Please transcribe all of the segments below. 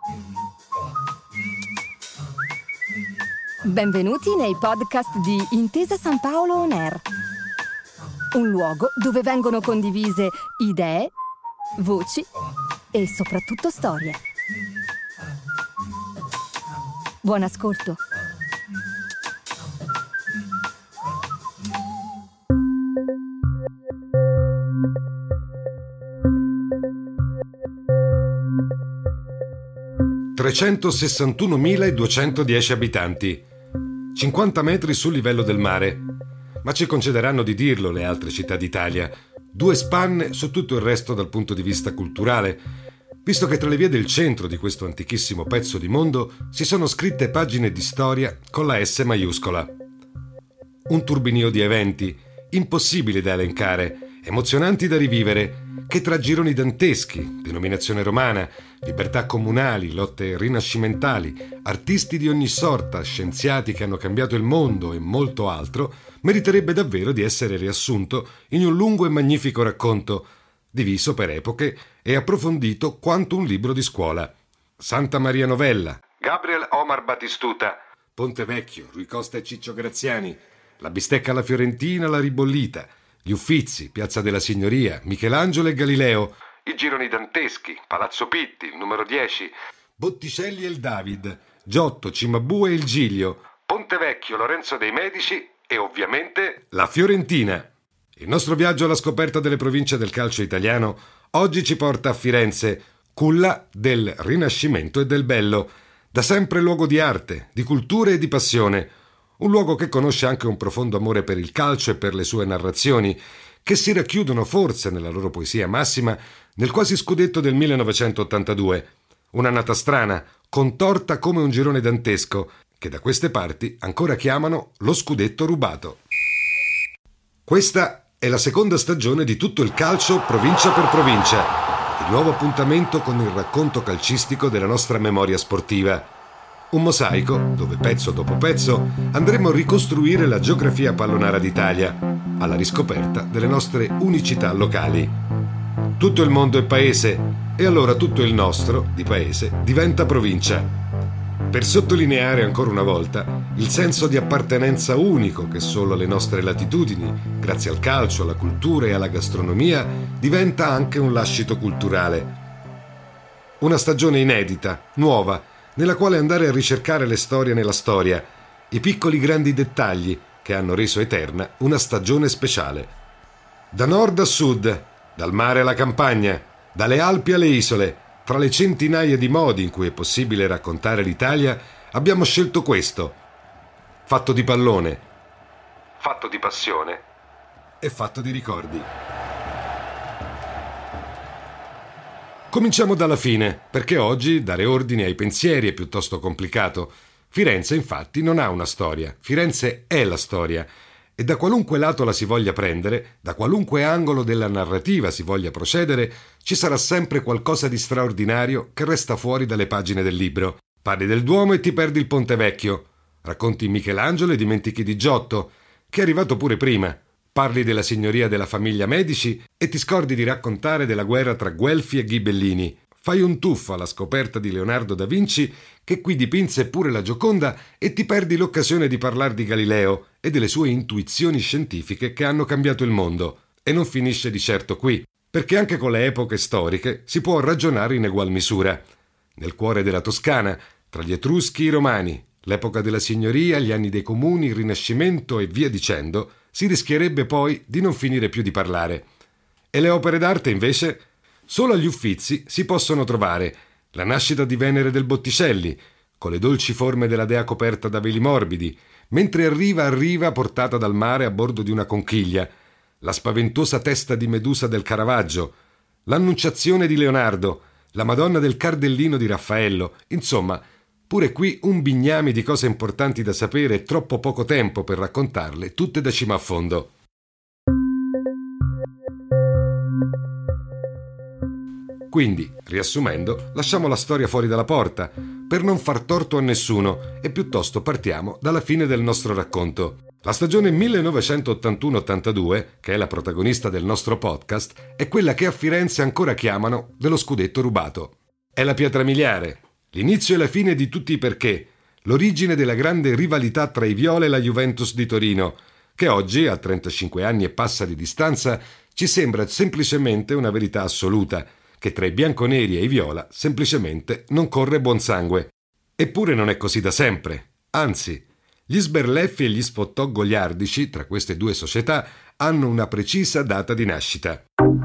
Benvenuti nei podcast di Intesa San Paolo On Air, un luogo dove vengono condivise idee, voci e soprattutto storie. Buon ascolto. (361.210 abitanti), 50 metri sul livello del mare, ma ci concederanno di dirlo le altre città d'Italia, 2 spanne su tutto il resto dal punto di vista culturale, visto che tra le vie del centro di questo antichissimo pezzo di mondo si sono scritte pagine di storia con la S maiuscola. Un turbinio di eventi, impossibili da elencare, emozionanti da rivivere, che tra gironi danteschi, denominazione romana, libertà comunali, lotte rinascimentali, artisti di ogni sorta, scienziati che hanno cambiato il mondo e molto altro, meriterebbe davvero di essere riassunto in un lungo e magnifico racconto, diviso per epoche e approfondito quanto un libro di scuola. Santa Maria Novella, Gabriel Omar Battistuta, Ponte Vecchio, Rui Costa e Ciccio Graziani, la bistecca alla fiorentina, la ribollita, gli Uffizi, Piazza della Signoria, Michelangelo e Galileo, i gironi danteschi, Palazzo Pitti, il numero 10, Botticelli e il David, Giotto, Cimabue e il Giglio, Ponte Vecchio, Lorenzo dei Medici e ovviamente la Fiorentina. Il nostro viaggio alla scoperta delle province del calcio italiano oggi ci porta a Firenze, culla del Rinascimento e del Bello, da sempre luogo di arte, di cultura e di passione. Un luogo che conosce anche un profondo amore per il calcio e per le sue narrazioni, che si racchiudono forse nella loro poesia massima nel quasi scudetto del 1982. Un'annata strana, contorta come un girone dantesco, che da queste parti ancora chiamano lo scudetto rubato. Questa è la seconda stagione di Tutto il calcio provincia per provincia, il nuovo appuntamento con il racconto calcistico della nostra memoria sportiva. Un mosaico dove pezzo dopo pezzo andremo a ricostruire la geografia pallonara d'Italia, alla riscoperta delle nostre unicità locali. Tutto il mondo è paese e allora tutto il nostro, di paese, diventa provincia. Per sottolineare ancora una volta il senso di appartenenza unico che solo alle nostre latitudini, grazie al calcio, alla cultura e alla gastronomia, diventa anche un lascito culturale. Una stagione inedita, nuova, nella quale andare a ricercare le storie nella storia, i piccoli grandi dettagli che hanno reso eterna una stagione speciale. Da nord a sud, dal mare alla campagna, dalle Alpi alle isole, tra le centinaia di modi in cui è possibile raccontare l'Italia, abbiamo scelto questo: fatto di pallone, fatto di passione e fatto di ricordi. Cominciamo dalla fine, perché oggi dare ordine ai pensieri è piuttosto complicato. Firenze, infatti, non ha una storia. Firenze è la storia. E da qualunque lato la si voglia prendere, da qualunque angolo della narrativa si voglia procedere, ci sarà sempre qualcosa di straordinario che resta fuori dalle pagine del libro. Parli del Duomo e ti perdi il Ponte Vecchio. Racconti Michelangelo e dimentichi di Giotto, che è arrivato pure prima. Parli della signoria della famiglia Medici e ti scordi di raccontare della guerra tra Guelfi e Ghibellini. Fai un tuffo alla scoperta di Leonardo da Vinci, che qui dipinse pure la Gioconda, e ti perdi l'occasione di parlare di Galileo e delle sue intuizioni scientifiche che hanno cambiato il mondo. E non finisce di certo qui, perché anche con le epoche storiche si può ragionare in egual misura. Nel cuore della Toscana, tra gli Etruschi e i Romani, l'epoca della signoria, gli anni dei comuni, il Rinascimento e via dicendo, si rischierebbe poi di non finire più di parlare. E le opere d'arte, invece? Solo agli Uffizi si possono trovare la nascita di Venere del Botticelli, con le dolci forme della dea coperta da veli morbidi, mentre arriva portata dal mare a bordo di una conchiglia, la spaventosa testa di Medusa del Caravaggio, l'Annunciazione di Leonardo, la Madonna del Cardellino di Raffaello, insomma, pure qui un bignami di cose importanti da sapere e troppo poco tempo per raccontarle tutte da cima a fondo. Quindi, riassumendo, lasciamo la storia fuori dalla porta, per non far torto a nessuno, e piuttosto partiamo dalla fine del nostro racconto. La stagione 1981-82, che è la protagonista del nostro podcast, è quella che a Firenze ancora chiamano dello scudetto rubato. È la pietra miliare, L'inizio e la fine di tutti i perché, l'origine della grande rivalità tra i Viola e la Juventus di Torino, che oggi, a 35 anni e passa di distanza, ci sembra semplicemente una verità assoluta, che tra i bianconeri e i Viola semplicemente non corre buon sangue. Eppure non è così da sempre, anzi, gli sberleffi e gli sfottò goliardici tra queste due società hanno una precisa data di nascita.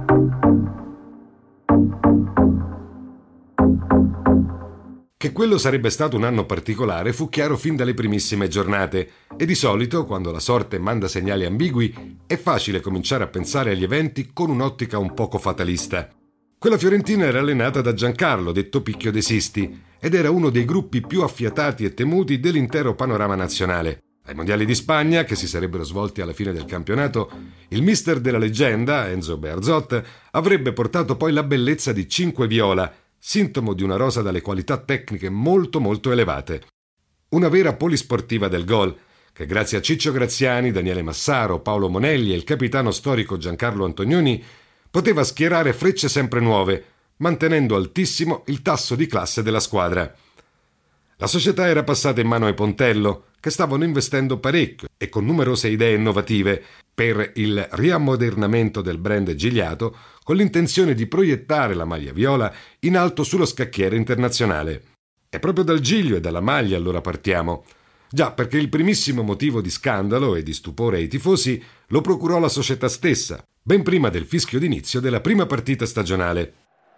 Che quello sarebbe stato un anno particolare fu chiaro fin dalle primissime giornate e di solito, quando la sorte manda segnali ambigui, è facile cominciare a pensare agli eventi con un'ottica un poco fatalista. Quella fiorentina era allenata da Giancarlo, detto Picchio De Sisti, ed era uno dei gruppi più affiatati e temuti dell'intero panorama nazionale. Ai mondiali di Spagna, che si sarebbero svolti alla fine del campionato, il mister della leggenda, Enzo Bearzot, avrebbe portato poi la bellezza di 5 viola, sintomo di una rosa dalle qualità tecniche molto molto elevate. Una vera polisportiva del gol, che grazie a Ciccio Graziani, Daniele Massaro, Paolo Monelli e il capitano storico Giancarlo Antonioni poteva schierare frecce sempre nuove, mantenendo altissimo il tasso di classe della squadra. La società era passata in mano ai Pontello, che stavano investendo parecchio e con numerose idee innovative per il riammodernamento del brand Gigliato, con l'intenzione di proiettare la maglia viola in alto sullo scacchiere internazionale. E proprio dal giglio e dalla maglia allora partiamo. Già, perché il primissimo motivo di scandalo e di stupore ai tifosi lo procurò la società stessa, ben prima del fischio d'inizio della prima partita stagionale.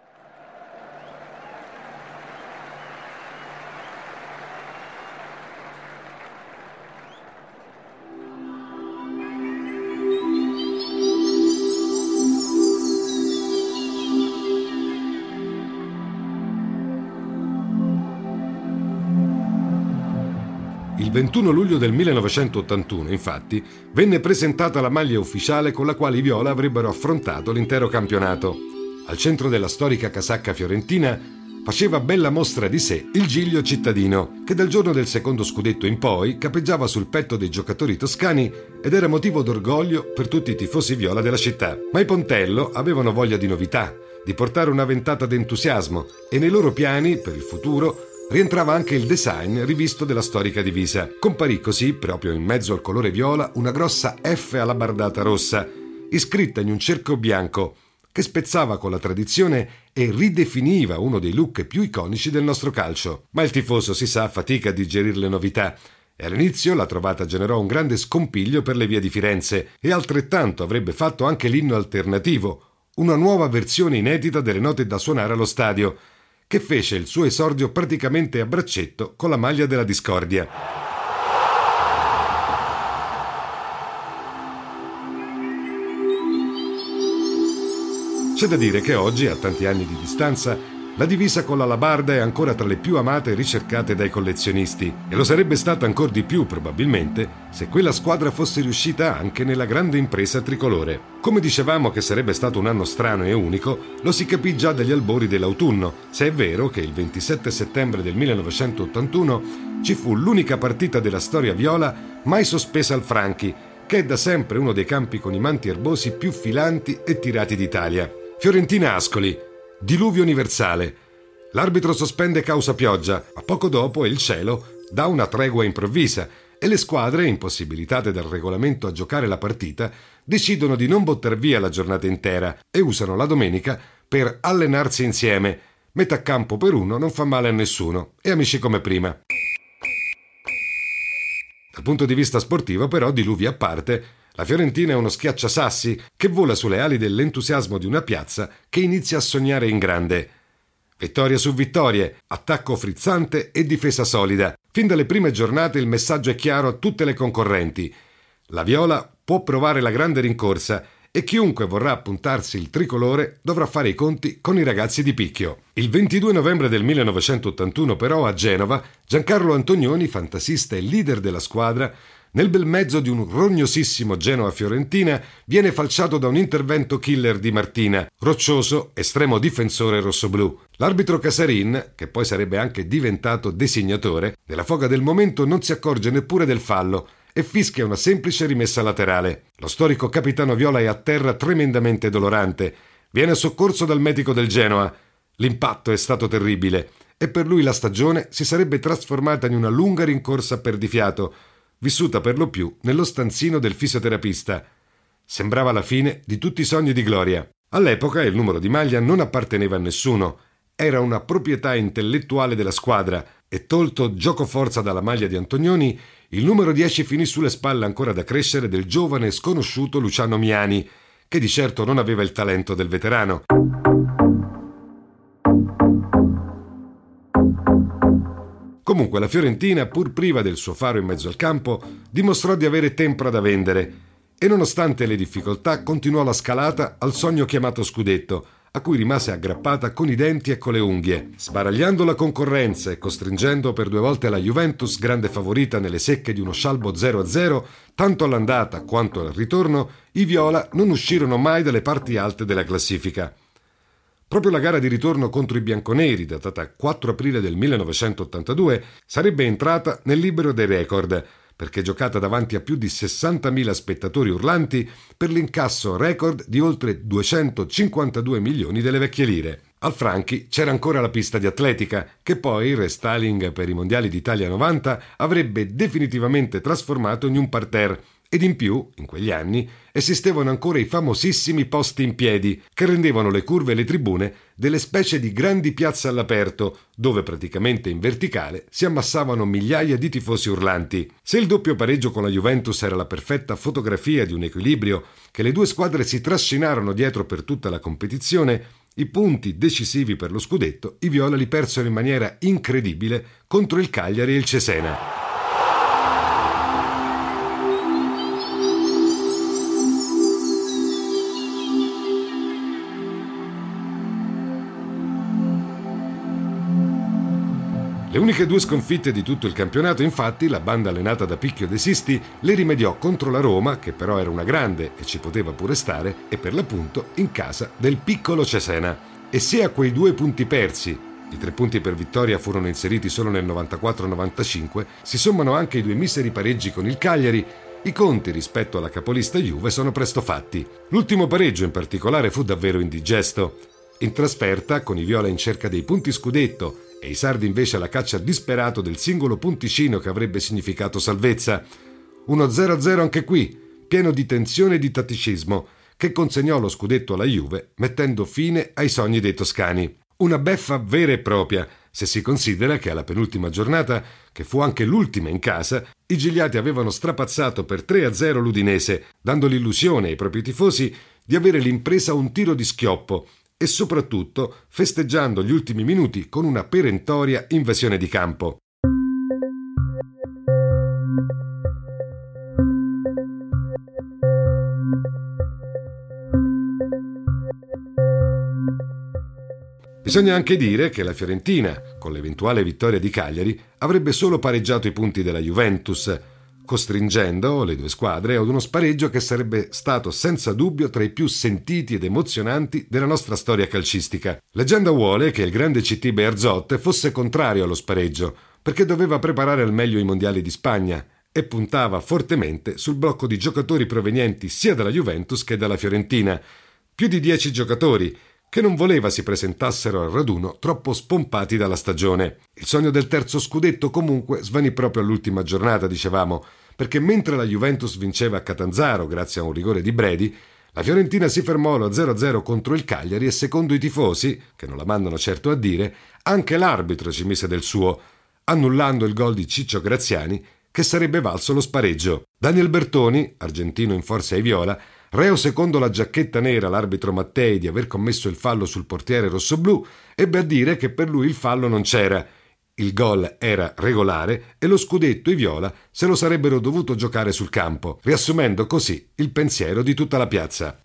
Il 21 luglio del 1981, infatti, venne presentata la maglia ufficiale con la quale i Viola avrebbero affrontato l'intero campionato. Al centro della storica casacca fiorentina faceva bella mostra di sé il giglio cittadino, che dal giorno del secondo scudetto in poi capeggiava sul petto dei giocatori toscani ed era motivo d'orgoglio per tutti i tifosi Viola della città. Ma i Pontello avevano voglia di novità, di portare una ventata d'entusiasmo e nei loro piani, per il futuro, rientrava anche il design rivisto della storica divisa. Comparì così, proprio in mezzo al colore viola, una grossa F alla bardata rossa, iscritta in un cerchio bianco, che spezzava con la tradizione e ridefiniva uno dei look più iconici del nostro calcio. Ma il tifoso, si sa, fatica a digerire le novità, e all'inizio la trovata generò un grande scompiglio per le vie di Firenze, e altrettanto avrebbe fatto anche l'inno alternativo, una nuova versione inedita delle note da suonare allo stadio, che fece il suo esordio praticamente a braccetto con la maglia della discordia. C'è da dire che oggi, a tanti anni di distanza, la divisa con l'alabarda è ancora tra le più amate e ricercate dai collezionisti, e lo sarebbe stata ancor di più, probabilmente, se quella squadra fosse riuscita anche nella grande impresa tricolore. Come dicevamo che sarebbe stato un anno strano e unico, lo si capì già dagli albori dell'autunno, se è vero che il 27 settembre del 1981 ci fu l'unica partita della storia viola mai sospesa al Franchi, che è da sempre uno dei campi con i manti erbosi più filanti e tirati d'Italia. Fiorentina-Ascoli. Diluvio universale. L'arbitro sospende causa pioggia, ma poco dopo il cielo dà una tregua improvvisa e le squadre, impossibilitate dal regolamento a giocare la partita, decidono di non buttar via la giornata intera e usano la domenica per allenarsi insieme. Metà campo per uno non fa male a nessuno, e amici come prima. Dal punto di vista sportivo, però, diluvi a parte, la Fiorentina è uno schiacciasassi che vola sulle ali dell'entusiasmo di una piazza che inizia a sognare in grande. Vittoria su vittorie, attacco frizzante e difesa solida. Fin dalle prime giornate il messaggio è chiaro a tutte le concorrenti. La Viola può provare la grande rincorsa e chiunque vorrà appuntarsi il tricolore dovrà fare i conti con i ragazzi di Picchio. Il 22 novembre del 1981, però, a Genova, Giancarlo Antonioni, fantasista e leader della squadra, nel bel mezzo di un rognosissimo Genoa-Fiorentina, viene falciato da un intervento killer di Martina, roccioso, estremo difensore rossoblù. L'arbitro Casarin, che poi sarebbe anche diventato designatore, nella foga del momento non si accorge neppure del fallo e fischia una semplice rimessa laterale. Lo storico capitano viola è a terra tremendamente dolorante. Viene soccorso dal medico del Genoa. L'impatto è stato terribile e per lui la stagione si sarebbe trasformata in una lunga rincorsa a perdifiato, vissuta per lo più nello stanzino del fisioterapista. Sembrava la fine di tutti i sogni di gloria. All'epoca il numero di maglia non apparteneva a nessuno, era una proprietà intellettuale della squadra e tolto giocoforza dalla maglia di Antonioni, il numero 10 finì sulle spalle ancora da crescere del giovane e sconosciuto Luciano Miani, che di certo non aveva il talento del veterano. Comunque la Fiorentina, pur priva del suo faro in mezzo al campo, dimostrò di avere tempra da vendere e nonostante le difficoltà continuò la scalata al sogno chiamato scudetto, a cui rimase aggrappata con i denti e con le unghie. Sbaragliando la concorrenza e costringendo per 2 volte la Juventus, grande favorita nelle secche di uno scialbo 0-0, tanto all'andata quanto al ritorno, i viola non uscirono mai dalle parti alte della classifica. Proprio la gara di ritorno contro i bianconeri, datata 4 aprile del 1982, sarebbe entrata nel libro dei record, perché giocata davanti a più di 60.000 spettatori urlanti per l'incasso record di oltre 252 milioni delle vecchie lire. Al Franchi c'era ancora la pista di atletica, che poi il restyling per i mondiali d'Italia 90 avrebbe definitivamente trasformato in un parterre, ed in più, in quegli anni, esistevano ancora i famosissimi posti in piedi, che rendevano le curve e le tribune delle specie di grandi piazze all'aperto, dove praticamente in verticale si ammassavano migliaia di tifosi urlanti. Se il doppio pareggio con la Juventus era la perfetta fotografia di un equilibrio che le due squadre si trascinarono dietro per tutta la competizione, i punti decisivi per lo scudetto i viola li persero in maniera incredibile contro il Cagliari e il Cesena. Le uniche 2 sconfitte di tutto il campionato, infatti, la banda allenata da Picchio De Sisti le rimediò contro la Roma, che però era una grande e ci poteva pure stare, e per l'appunto in casa del piccolo Cesena. E se a quei 2 punti persi, i 3 punti per vittoria furono inseriti solo nel 94-95, si sommano anche i 2 miseri pareggi con il Cagliari, i conti rispetto alla capolista Juve sono presto fatti. L'ultimo pareggio in particolare fu davvero indigesto. In trasferta, con i viola in cerca dei punti scudetto e i sardi invece alla caccia disperato del singolo punticino che avrebbe significato salvezza. Uno 0-0 anche qui, pieno di tensione e di tatticismo, che consegnò lo scudetto alla Juve, mettendo fine ai sogni dei toscani. Una beffa vera e propria, se si considera che alla penultima giornata, che fu anche l'ultima in casa, i gigliati avevano strapazzato per 3-0 l'Udinese, dando l'illusione ai propri tifosi di avere l'impresa a un tiro di schioppo, e soprattutto festeggiando gli ultimi minuti con una perentoria invasione di campo. Bisogna anche dire che la Fiorentina, con l'eventuale vittoria di Cagliari, avrebbe solo pareggiato i punti della Juventus, costringendo le 2 squadre ad uno spareggio che sarebbe stato senza dubbio tra i più sentiti ed emozionanti della nostra storia calcistica. Leggenda vuole che il grande CT Bearzot fosse contrario allo spareggio, perché doveva preparare al meglio i mondiali di Spagna e puntava fortemente sul blocco di giocatori provenienti sia dalla Juventus che dalla Fiorentina, più di 10 giocatori, che non voleva si presentassero al raduno troppo spompati dalla stagione. Il sogno del terzo scudetto comunque svanì proprio all'ultima giornata, dicevamo, perché mentre la Juventus vinceva a Catanzaro grazie a un rigore di Brady, la Fiorentina si fermò allo 0-0 contro il Cagliari e secondo i tifosi, che non la mandano certo a dire, anche l'arbitro ci mise del suo, annullando il gol di Ciccio Graziani che sarebbe valso lo spareggio. Daniel Bertoni, argentino in forza ai viola, reo secondo la giacchetta nera l'arbitro Mattei di aver commesso il fallo sul portiere rossoblù, ebbe a dire che per lui il fallo non c'era. Il gol era regolare e lo scudetto i viola se lo sarebbero dovuto giocare sul campo, riassumendo così il pensiero di tutta la piazza.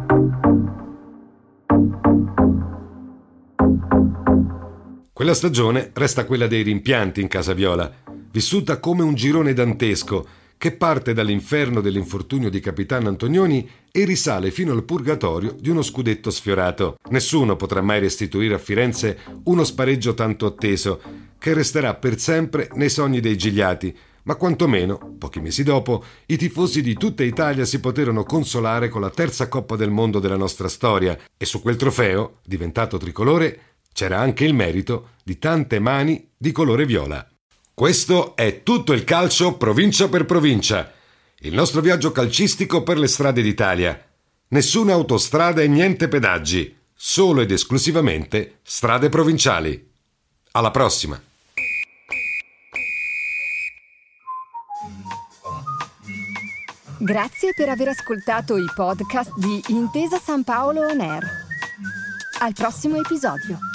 Quella stagione resta quella dei rimpianti in casa viola, vissuta come un girone dantesco che parte dall'inferno dell'infortunio di Capitano Antonioni e risale fino al purgatorio di uno scudetto sfiorato. Nessuno potrà mai restituire a Firenze uno spareggio tanto atteso, che resterà per sempre nei sogni dei gigliati, ma quantomeno, pochi mesi dopo, i tifosi di tutta Italia si poterono consolare con la terza Coppa del Mondo della nostra storia e su quel trofeo, diventato tricolore, c'era anche il merito di tante mani di colore viola. Questo è tutto il calcio provincia per provincia. Il nostro viaggio calcistico per le strade d'Italia. Nessuna autostrada e niente pedaggi, solo ed esclusivamente strade provinciali. Alla prossima! Grazie per aver ascoltato i podcast di Intesa San Paolo On Air. Al prossimo episodio.